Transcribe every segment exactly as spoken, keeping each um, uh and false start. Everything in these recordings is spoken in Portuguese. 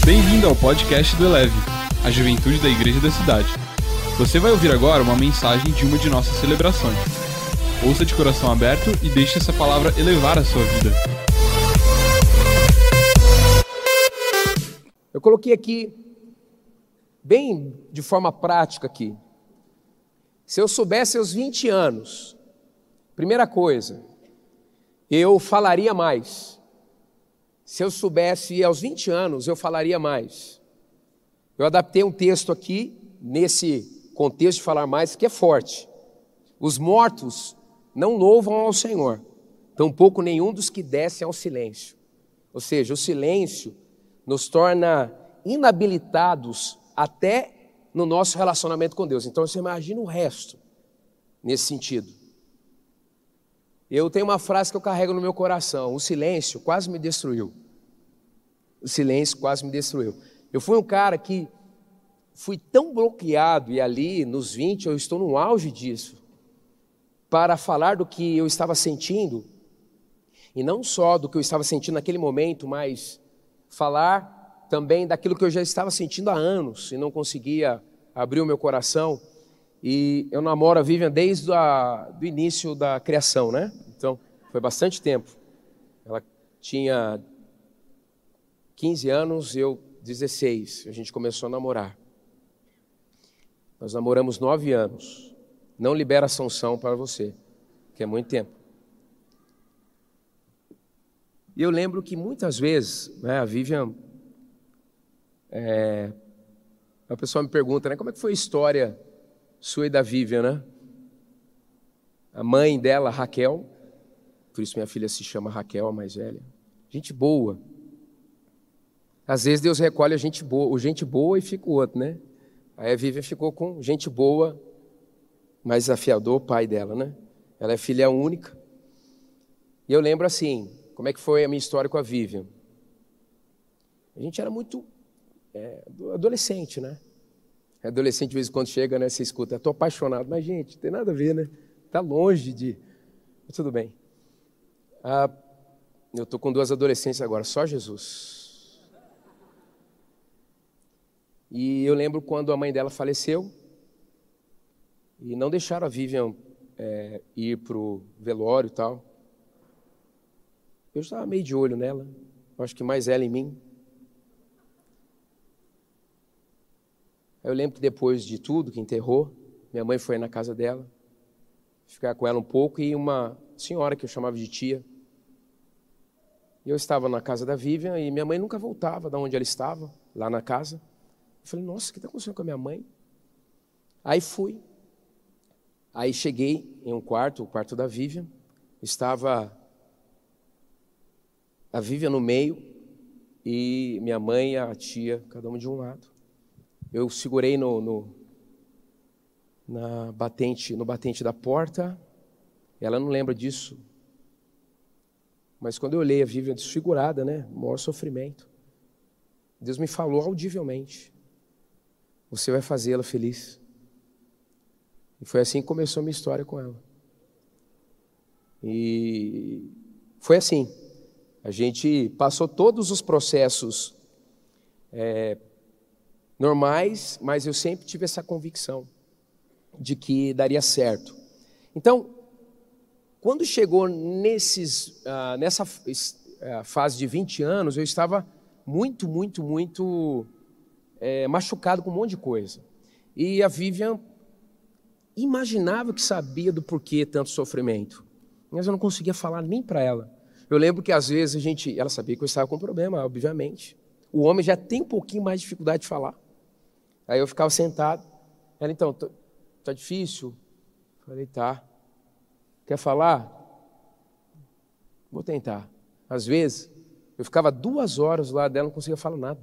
Bem-vindo ao podcast do Eleve, a juventude da igreja da cidade. Você vai ouvir agora uma mensagem de uma de nossas celebrações. Ouça de coração aberto e deixe essa palavra elevar a sua vida. Eu coloquei aqui, bem de forma prática aqui, se eu soubesse aos vinte anos, primeira coisa, eu falaria mais. Se eu soubesse aos vinte anos, eu falaria mais. Eu adaptei um texto aqui, nesse contexto de falar mais, que é forte. Os mortos não louvam ao Senhor, tampouco nenhum dos que descem ao silêncio. Ou seja, o silêncio nos torna inabilitados até no nosso relacionamento com Deus. Então você imagina o resto nesse sentido. Eu tenho uma frase que eu carrego no meu coração: o silêncio quase me destruiu. O silêncio quase me destruiu. Eu fui um cara que fui tão bloqueado, e ali nos vinte eu estou no auge disso, para falar do que eu estava sentindo, e não só do que eu estava sentindo naquele momento, mas falar também daquilo que eu já estava sentindo há anos, e não conseguia abrir o meu coração. E eu namoro a Vivian desde o início da criação, né? Então, foi bastante tempo. Ela tinha quinze anos, eu dezesseis. A gente começou a namorar. Nós namoramos nove anos. Não libera a sanção para você, que é muito tempo. E eu lembro que muitas vezes, né, a Vivian... É, a pessoa me pergunta, né, como é que foi a história sua e da Vivian, né? A mãe dela, Raquel, por isso minha filha se chama Raquel, a mais velha. Gente boa. Às vezes Deus recolhe a gente boa, o gente boa e fica o outro, né? Aí a Vivian ficou com gente boa, mais desafiador, o pai dela, né? Ela é filha única. E eu lembro assim, como é que foi a minha história com a Vivian. A gente era muito é, adolescente, né? Adolescente, de vez em quando chega, né, você escuta, estou apaixonado. Mas, gente, não tem nada a ver, né? Está longe de... Mas tudo bem. Ah, eu estou com duas adolescentes agora, só Jesus. E eu lembro quando a mãe dela faleceu, e não deixaram a Vivian é, ir para o velório e tal. Eu estava meio de olho nela, acho que mais ela em mim. Eu lembro que depois de tudo, que enterrou, minha mãe foi na casa dela, ficar com ela um pouco, e uma senhora que eu chamava de tia. E eu estava na casa da Vivian, e minha mãe nunca voltava de onde ela estava, lá na casa. Eu falei, nossa, o que está acontecendo com a minha mãe? Aí fui. Aí cheguei em um quarto, o quarto da Vivian, estava a Vivian no meio, e minha mãe e a tia, cada uma de um lado. Eu segurei no, no, na batente, no batente da porta, ela não lembra disso. Mas quando eu olhei a Vivian desfigurada, né, maior sofrimento, Deus me falou audivelmente, você vai fazê-la feliz. E foi assim que começou a minha história com ela. E foi assim, a gente passou todos os processos é, normais, mas eu sempre tive essa convicção de que daria certo. Então, quando chegou nesses, uh, nessa uh, fase de vinte anos, eu estava muito, muito, muito é, machucado com um monte de coisa. E a Vivian imaginava que sabia do porquê tanto sofrimento, mas eu não conseguia falar nem para ela. Eu lembro que às vezes a gente, ela sabia que eu estava com problema, obviamente. O homem já tem um pouquinho mais de dificuldade de falar. Aí eu ficava sentado. Ela, então, tá difícil? Falei, tá. Quer falar? Vou tentar. Às vezes, eu ficava duas horas do lado dela, não conseguia falar nada.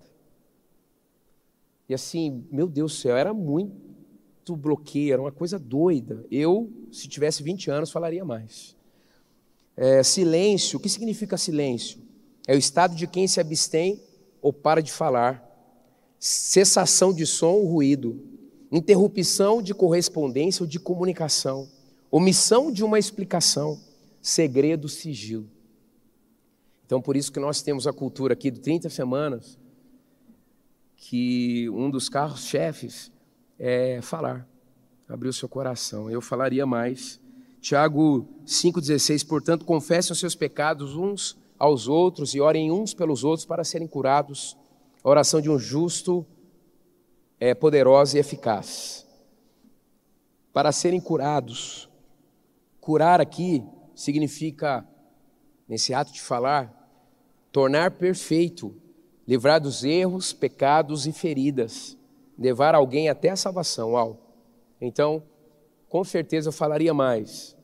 E assim, meu Deus do céu, era muito bloqueio, era uma coisa doida. Eu, se tivesse vinte anos, falaria mais. É, silêncio, o que significa silêncio? É o estado de quem se abstém ou para de falar. Cessação de som ou ruído, interrupção de correspondência ou de comunicação, omissão de uma explicação, segredo, sigilo. Então, por isso que nós temos a cultura aqui de trinta semanas, que um dos carros-chefes é falar, abrir o seu coração. Eu falaria mais. Tiago cinco dezesseis, portanto, confessem os seus pecados uns aos outros e orem uns pelos outros para serem curados. A oração de um justo é poderosa e eficaz. Para serem curados. Curar aqui significa, nesse ato de falar, tornar perfeito, livrar dos erros, pecados e feridas, levar alguém até a salvação. Uau. Então, com certeza eu falaria mais.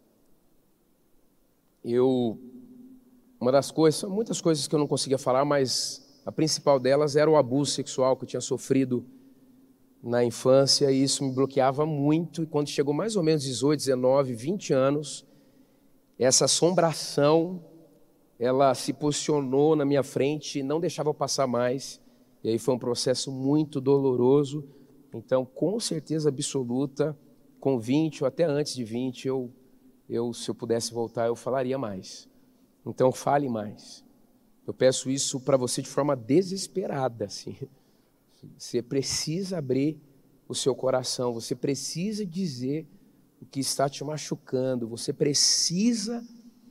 Eu, uma das coisas, são muitas coisas que eu não conseguia falar, mas a principal delas era o abuso sexual que eu tinha sofrido na infância, e isso me bloqueava muito, e quando chegou mais ou menos dezoito, dezenove, vinte anos, essa assombração, ela se posicionou na minha frente e não deixava eu passar mais, e aí foi um processo muito doloroso. Então, com certeza absoluta, com vinte ou até antes de vinte, eu, eu, se eu pudesse voltar, eu falaria mais. Então, fale mais. Eu peço isso para você de forma desesperada, assim. Você precisa abrir o seu coração, você precisa dizer o que está te machucando, você precisa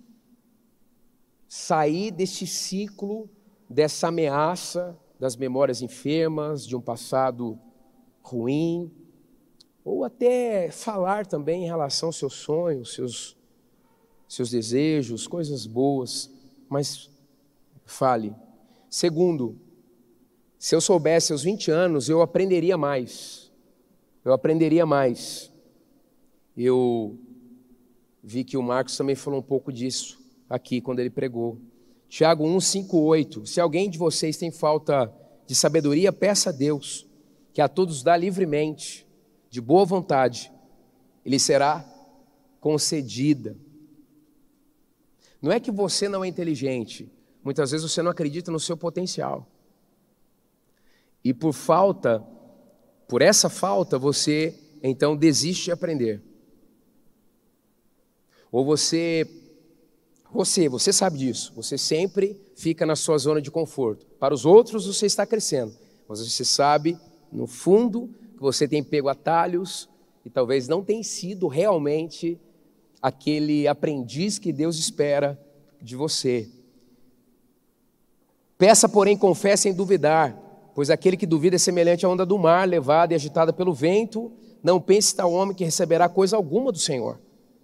sair deste ciclo, dessa ameaça das memórias enfermas, de um passado ruim, ou até falar também em relação aos seus sonhos, seus, seus desejos, coisas boas, mas fale. Segundo, se eu soubesse aos vinte anos, eu aprenderia mais, eu aprenderia mais. Eu vi que o Marcos também falou um pouco disso aqui quando ele pregou. Tiago um, cinco, oito, se alguém de vocês tem falta de sabedoria, peça a Deus, que a todos dá livremente, de boa vontade, e lhe será concedida. Não é que você não é inteligente, muitas vezes você não acredita no seu potencial. E por falta, por essa falta, você então desiste de aprender. Ou você, você, você sabe disso, você sempre fica na sua zona de conforto. Para os outros você está crescendo, mas você sabe, no fundo, que você tem pego atalhos e talvez não tenha sido realmente aquele aprendiz que Deus espera de você. Peça, porém, confesse sem duvidar, pois aquele que duvida é semelhante à onda do mar, levada e agitada pelo vento. Não pense tal homem que receberá coisa alguma do Senhor.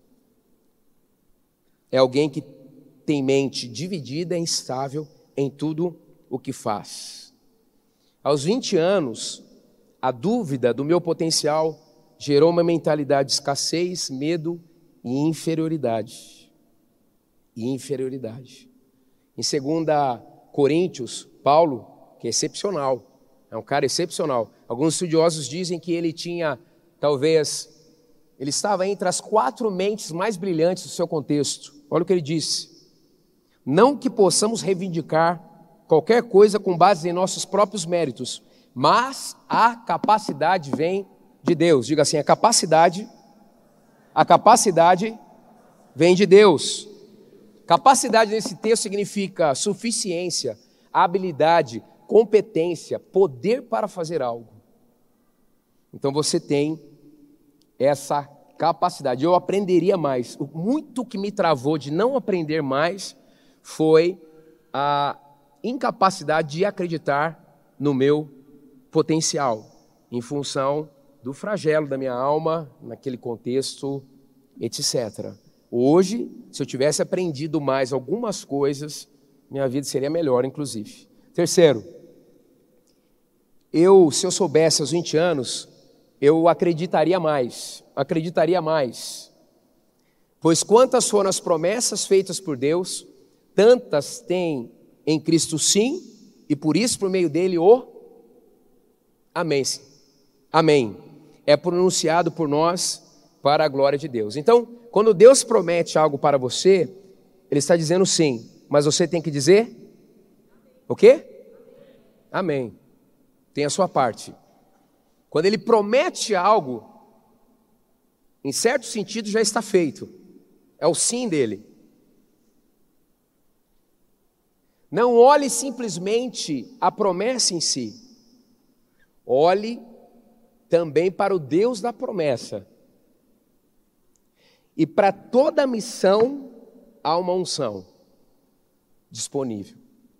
É alguém que tem mente dividida e instável em tudo o que faz. Aos vinte anos, a dúvida do meu potencial gerou uma mentalidade de escassez, medo e inferioridade. E inferioridade. Em segunda Coríntios, Paulo, que é excepcional, é um cara excepcional. Alguns estudiosos dizem que ele tinha, talvez, ele estava entre as quatro mentes mais brilhantes do seu contexto. Olha o que ele disse. Não que possamos reivindicar qualquer coisa com base em nossos próprios méritos, mas a capacidade vem de Deus. Diga assim, a capacidade, a capacidade vem de Deus. Capacidade nesse texto significa suficiência, habilidade, competência, poder para fazer algo. Então você tem essa capacidade. Eu aprenderia mais. O muito que me travou de não aprender mais foi a incapacidade de acreditar no meu potencial, em função do flagelo da minha alma, naquele contexto, etcétera. Hoje, se eu tivesse aprendido mais algumas coisas, minha vida seria melhor, inclusive. Terceiro, eu, se eu soubesse aos vinte anos, eu acreditaria mais, acreditaria mais. Pois quantas foram as promessas feitas por Deus, tantas tem em Cristo sim, e por isso, por meio dele, o amém. Amém. É pronunciado por nós para a glória de Deus. Então, quando Deus promete algo para você, Ele está dizendo sim, mas você tem que dizer o quê? Amém. Tem a sua parte. Quando Ele promete algo, em certo sentido já está feito. É o sim dele. Não olhe simplesmente a promessa em si, olhe também para o Deus da promessa. E para toda missão há uma unção disponível.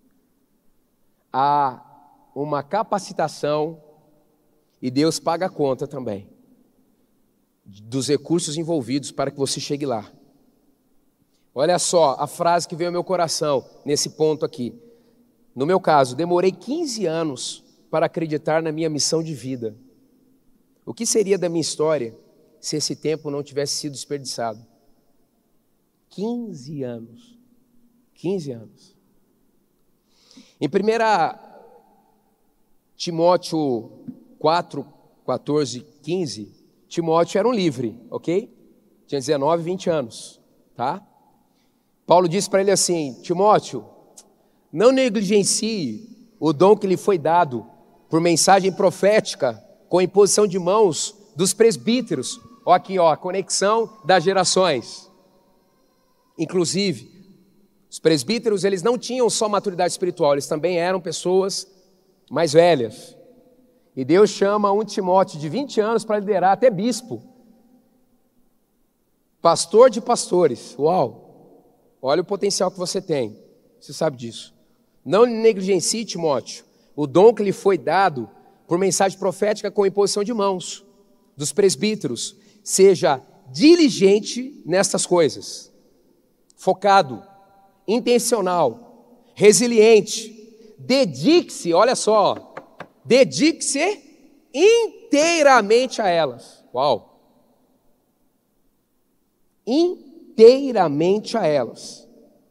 Há uma capacitação e Deus paga a conta também dos recursos envolvidos para que você chegue lá. Olha só a frase que veio ao meu coração nesse ponto aqui. No meu caso, demorei quinze anos para acreditar na minha missão de vida. O que seria da minha história se esse tempo não tivesse sido desperdiçado? quinze anos. quinze anos. Em primeira Timóteo quatro, quatorze, quinze, Timóteo era um livre, ok? Tinha dezenove, vinte anos, tá? Paulo disse para ele assim: Timóteo, não negligencie o dom que lhe foi dado por mensagem profética com imposição de mãos dos presbíteros. Ó, aqui, ó, a conexão das gerações. Inclusive, os presbíteros, eles não tinham só maturidade espiritual, eles também eram pessoas mais velhas. E Deus chama um Timóteo de vinte anos para liderar até bispo. Pastor de pastores. Uau! Olha o potencial que você tem. Você sabe disso. Não negligencie, Timóteo, o dom que lhe foi dado por mensagem profética com imposição de mãos dos presbíteros. Seja diligente nestas coisas. Focado, intencional, resiliente. Dedique-se, olha só, dedique-se inteiramente a elas. Uau! Inteiramente a elas,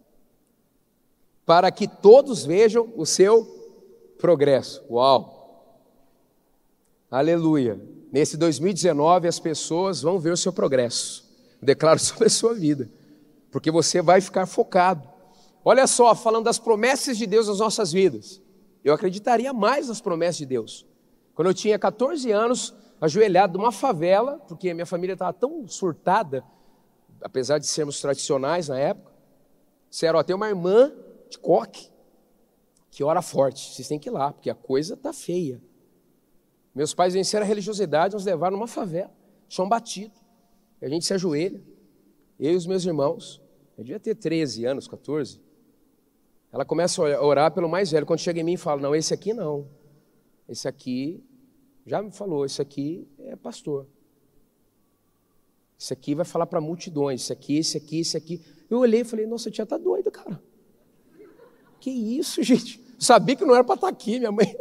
para que todos vejam o seu progresso. Uau! Aleluia! Nesse dois mil e dezenove as pessoas vão ver o seu progresso. Eu declaro sobre a sua vida, porque você vai ficar focado. Olha só, falando das promessas de Deus nas nossas vidas, eu acreditaria mais nas promessas de Deus. Quando eu tinha quatorze anos, ajoelhado numa favela, porque minha família estava tão surtada, apesar de sermos tradicionais na época, disseram: ó, tem uma irmã de coque que ora forte, vocês têm que ir lá, porque a coisa está feia. Meus pais venceram a religiosidade, nos levaram numa favela, chão batido, e a gente se ajoelha, eu e os meus irmãos, eu devia ter treze anos, quatorze, ela começa a orar pelo mais velho. Quando chega em mim e fala: não, esse aqui não, esse aqui, já me falou, esse aqui é pastor. Esse aqui vai falar para multidões, esse aqui, esse aqui, esse aqui. Eu olhei e falei: nossa, a tia tá doida, cara. Que isso, gente? Eu sabia que não era para estar aqui, minha mãe.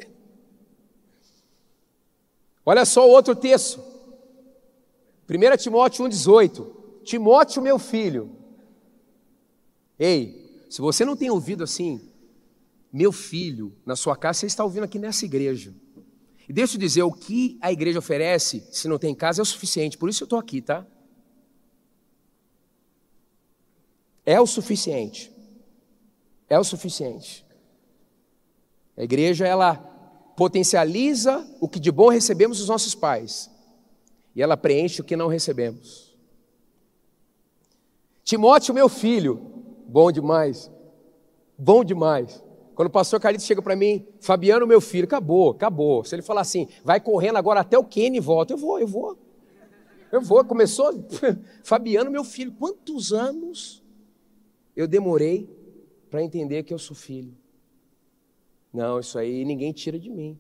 Olha só o outro texto. primeira Timóteo um, dezoito. Timóteo, meu filho. Ei, se você não tem ouvido assim, meu filho, na sua casa, você está ouvindo aqui nessa igreja. E deixa eu dizer, o que a igreja oferece, se não tem casa, é o suficiente. Por isso eu estou aqui, tá? É o suficiente. É o suficiente. A igreja, ela potencializa o que de bom recebemos dos nossos pais. E ela preenche o que não recebemos. Timóteo, meu filho. Bom demais. Bom demais. Quando o pastor Carlito chega para mim: Fabiano, meu filho, acabou, acabou. Se ele falar assim: vai correndo agora até o Kenny e volta, eu vou, eu vou. Eu vou. Começou, Fabiano, meu filho. Quantos anos eu demorei para entender que eu sou filho? Não, isso aí ninguém tira de mim.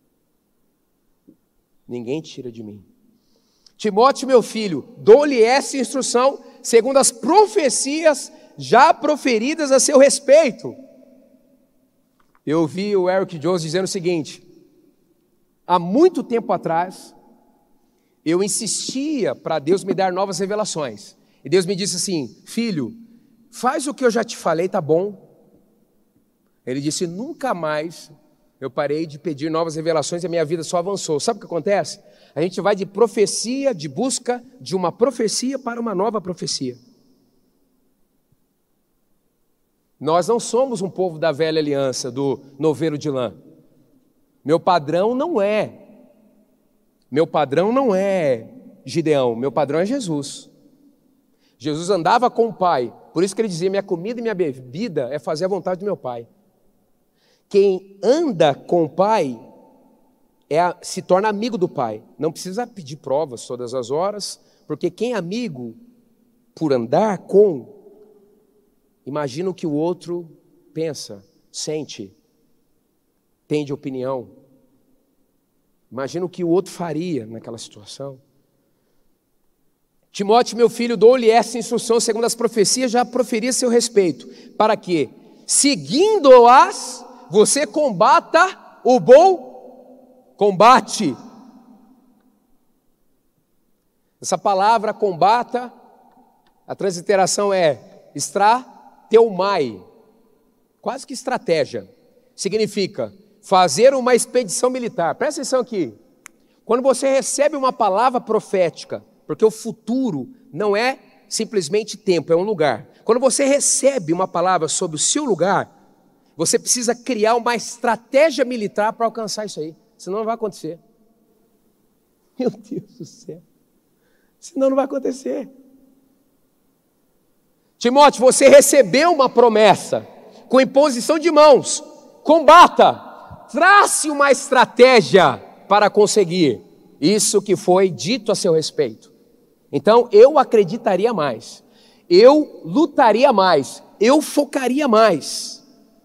Ninguém tira de mim. Timóteo, meu filho, dou-lhe essa instrução segundo as profecias já proferidas a seu respeito. Eu ouvi o Eric Jones dizendo o seguinte: há muito tempo atrás, eu insistia para Deus me dar novas revelações. E Deus me disse assim: filho, faz o que eu já te falei, tá bom? Ele disse: nunca mais eu parei de pedir novas revelações e a minha vida só avançou. Sabe o que acontece? A gente vai de profecia, de busca de uma profecia para uma nova profecia. Nós não somos um povo da velha aliança, do novelo de lã. Meu padrão não é. Meu padrão não é Gideão, meu padrão é Jesus. Jesus andava com o Pai, por isso que ele dizia: minha comida e minha bebida é fazer a vontade do meu Pai. Quem anda com o Pai é a, se torna amigo do pai. Não precisa pedir provas todas as horas, porque quem é amigo por andar com, imagina o que o outro pensa, sente, tem de opinião. Imagina o que o outro faria naquela situação. Timóteo, meu filho, dou-lhe essa instrução, segundo as profecias, já proferi a seu respeito, para que, seguindo-as, você combata o bom combate. Essa palavra combata, a transliteração é estrateumai, quase que estratégia. Significa fazer uma expedição militar. Presta atenção aqui. Quando você recebe uma palavra profética, porque o futuro não é simplesmente tempo, é um lugar. Quando você recebe uma palavra sobre o seu lugar, você precisa criar uma estratégia militar para alcançar isso aí. Senão não vai acontecer. Meu Deus do céu. Senão não vai acontecer. Timóteo, você recebeu uma promessa com imposição de mãos. Combata. Trace uma estratégia para conseguir isso que foi dito a seu respeito. Então, eu acreditaria mais, eu lutaria mais, eu focaria mais.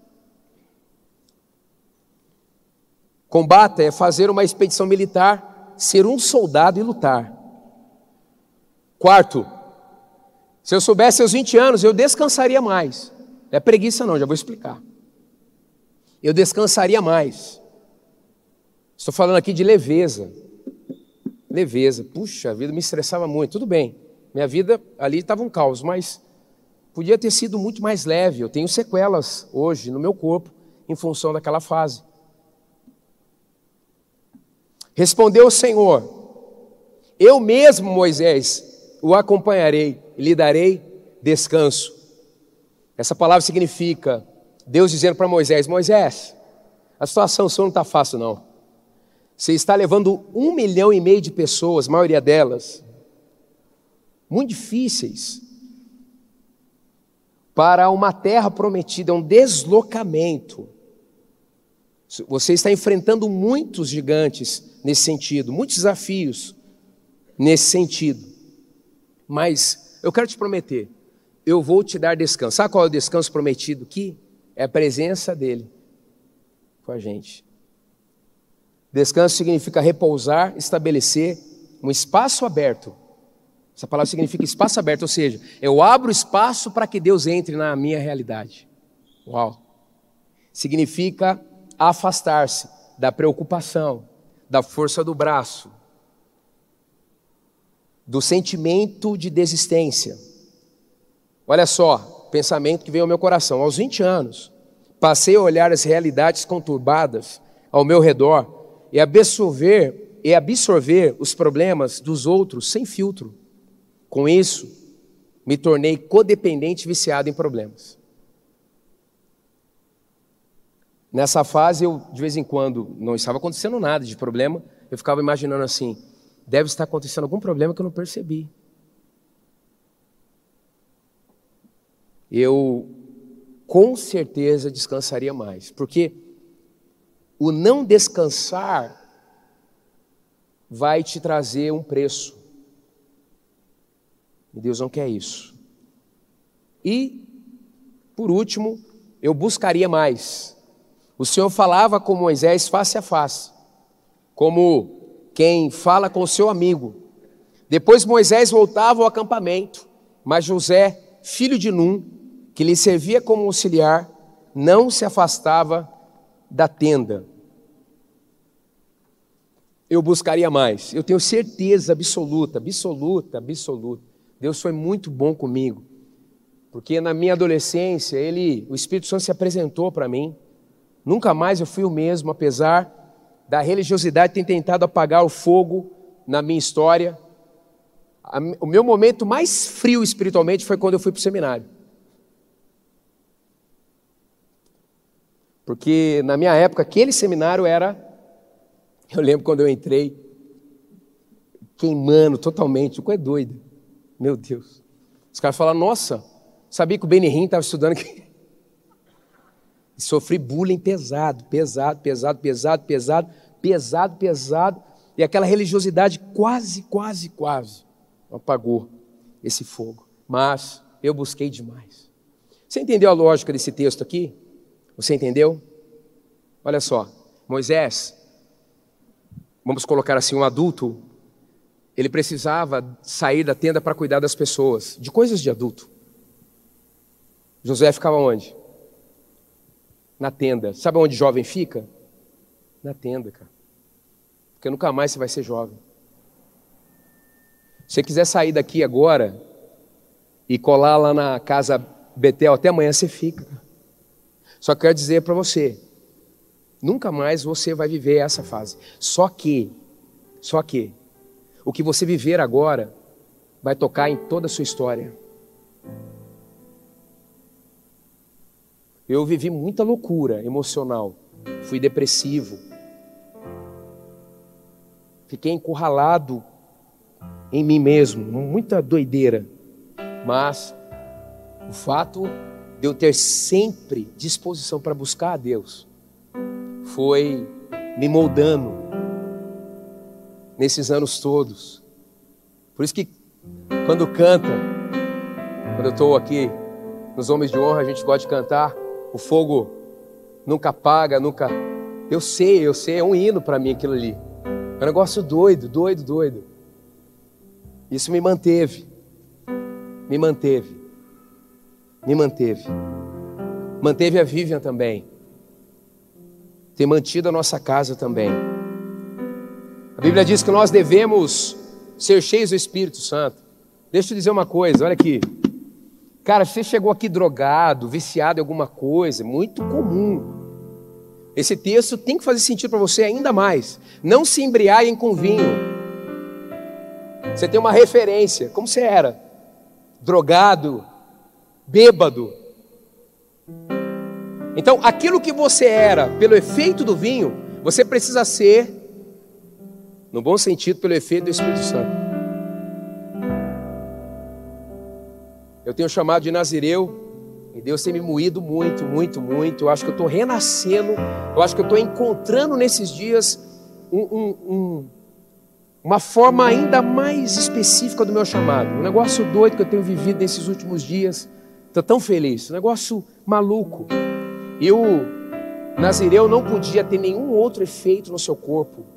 Combata é fazer uma expedição militar, ser um soldado e lutar. Quarto, se eu soubesse aos vinte anos, eu descansaria mais. Não é preguiça não, já vou explicar. Eu descansaria mais. Estou falando aqui de leveza. Leveza, puxa, a vida me estressava muito, tudo bem, minha vida ali estava um caos, mas podia ter sido muito mais leve, eu tenho sequelas hoje no meu corpo, em função daquela fase. Respondeu o Senhor, eu mesmo, Moisés, o acompanharei e lhe darei descanso. Essa palavra significa, Deus dizendo para Moisés, Moisés, a situação sua não está fácil não. Você está levando um milhão e meio de pessoas, a maioria delas, muito difíceis, para uma terra prometida, um deslocamento. Você está enfrentando muitos gigantes nesse sentido, muitos desafios nesse sentido. Mas eu quero te prometer, eu vou te dar descanso. Sabe qual é o descanso prometido aqui? É a presença dele com a gente. Descanso significa repousar, estabelecer um espaço aberto. Essa palavra significa espaço aberto, ou seja, eu abro espaço para que Deus entre na minha realidade. Uau! Significa afastar-se da preocupação, da força do braço, do sentimento de desistência. Olha só, pensamento que veio ao meu coração. Aos vinte anos, passei a olhar as realidades conturbadas ao meu redor e absorver, e absorver os problemas dos outros sem filtro. Com isso, me tornei codependente e viciado em problemas. Nessa fase, eu, de vez em quando, não estava acontecendo nada de problema, eu ficava imaginando assim, deve estar acontecendo algum problema que eu não percebi. Eu, com certeza, descansaria mais, porque o não descansar vai te trazer um preço. E Deus não quer isso. E, por último, eu buscaria mais. O Senhor falava com Moisés face a face, como quem fala com o seu amigo. Depois Moisés voltava ao acampamento, mas José, filho de Num, que lhe servia como auxiliar, não se afastava da tenda. Eu buscaria mais. Eu tenho certeza absoluta, absoluta, absoluta. Deus foi muito bom comigo, porque na minha adolescência, ele, o Espírito Santo se apresentou para mim. Nunca mais eu fui o mesmo, apesar da religiosidade ter tentado apagar o fogo na minha história. O meu momento mais frio espiritualmente foi quando eu fui para o seminário. Porque na minha época, aquele seminário era... Eu lembro quando eu entrei, queimando totalmente, coisa doida. Meu Deus. Os caras falaram, nossa, sabia que o Benihim estava estudando aqui? Sofri bullying pesado, pesado, pesado, pesado, pesado, pesado, pesado, e aquela religiosidade quase, quase, quase apagou esse fogo. Mas eu busquei demais. Você entendeu a lógica desse texto aqui? Você entendeu? Olha só, Moisés, vamos colocar assim, um adulto, ele precisava sair da tenda para cuidar das pessoas, de coisas de adulto. Josué ficava onde? Na tenda. Sabe onde jovem fica? Na tenda, cara. Porque nunca mais você vai ser jovem. Se você quiser sair daqui agora e colar lá na casa Betel, até amanhã você fica. Só quero dizer para você, nunca mais você vai viver essa fase. Só que, só que, o que você viver agora vai tocar em toda a sua história. Eu vivi muita loucura emocional, fui depressivo, fiquei encurralado em mim mesmo, muita doideira, mas o fato de eu ter sempre disposição para buscar a Deus foi me moldando nesses anos todos. Por isso que quando canta, quando eu estou aqui nos Homens de Honra, a gente gosta de cantar, o fogo nunca apaga, nunca... Eu sei, eu sei, é um hino para mim aquilo ali. É um negócio doido, doido, doido. Isso me manteve, me manteve, me manteve. Manteve a Vivian também. Tem mantido a nossa casa também. A Bíblia diz que nós devemos ser cheios do Espírito Santo. Deixa eu te dizer uma coisa, olha aqui. Cara, você chegou aqui drogado, viciado em alguma coisa, muito comum. Esse texto tem que fazer sentido para você ainda mais. Não se embriaguem com vinho. Você tem uma referência, como você era? Drogado, bêbado. Então, aquilo que você era pelo efeito do vinho, você precisa ser, no bom sentido, pelo efeito do Espírito Santo. Eu tenho chamado de Nazireu, e Deus tem me moído muito, muito, muito. Eu acho que eu estou renascendo, eu acho que eu estou encontrando nesses dias um, um, um, uma forma ainda mais específica do meu chamado. Um negócio doido que eu tenho vivido nesses últimos dias. Estou tão feliz, um negócio maluco. E o Nazireu não podia ter nenhum outro efeito no seu corpo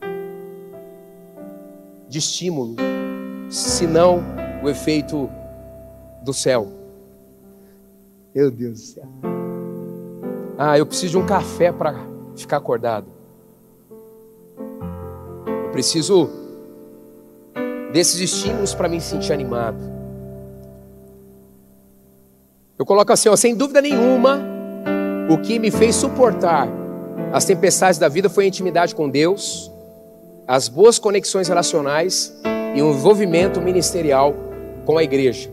de estímulo, senão o efeito do céu. Meu Deus do céu. Ah, eu preciso de um café para ficar acordado. Eu preciso desses estímulos para me sentir animado. Eu coloco assim, ó, sem dúvida nenhuma, o que me fez suportar as tempestades da vida foi a intimidade com Deus, as boas conexões relacionais e o envolvimento ministerial com a igreja.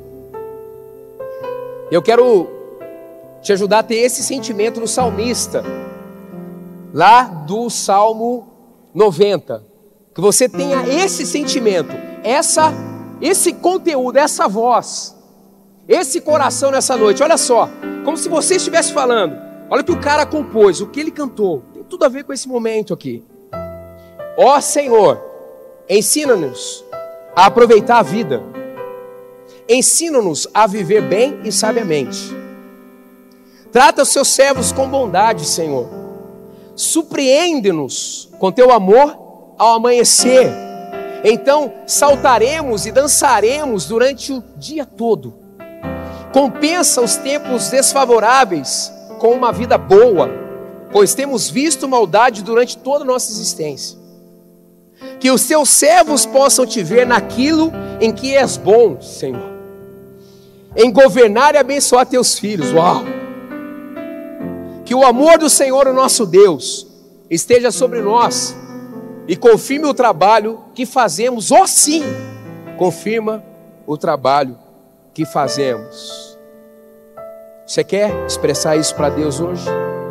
Eu quero te ajudar a ter esse sentimento no salmista, lá do Salmo noventa. Que você tenha esse sentimento, essa, esse conteúdo, essa voz, esse coração nessa noite. Olha só, como se você estivesse falando. Olha o que o cara compôs, o que ele cantou. Tem tudo a ver com esse momento aqui. Ó Senhor, ensina-nos a aproveitar a vida. Ensina-nos a viver bem e sabiamente. Trata os seus servos com bondade, Senhor. Surpreende-nos com teu amor ao amanhecer. Então saltaremos e dançaremos durante o dia todo. Compensa os tempos desfavoráveis com uma vida boa, pois temos visto maldade durante toda a nossa existência. Que os teus servos possam te ver naquilo em que és bom, Senhor, em governar e abençoar teus filhos. Uau! Que o amor do Senhor, o nosso Deus, esteja sobre nós e confirme o trabalho que fazemos. Oh sim, confirma o trabalho que fazemos. Você quer expressar isso para Deus hoje?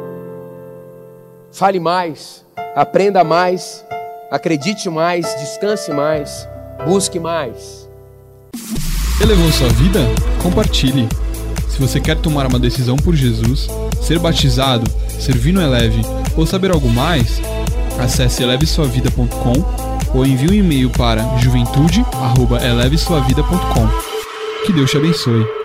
Fale mais, aprenda mais, acredite mais, descanse mais, busque mais. Elevou sua vida? Compartilhe. Se você quer tomar uma decisão por Jesus, ser batizado, servir no Eleve ou saber algo mais, Acesse eleve sua vida ponto com ou envie um e-mail para juventude arroba eleve sua vida ponto com. Que Deus te abençoe.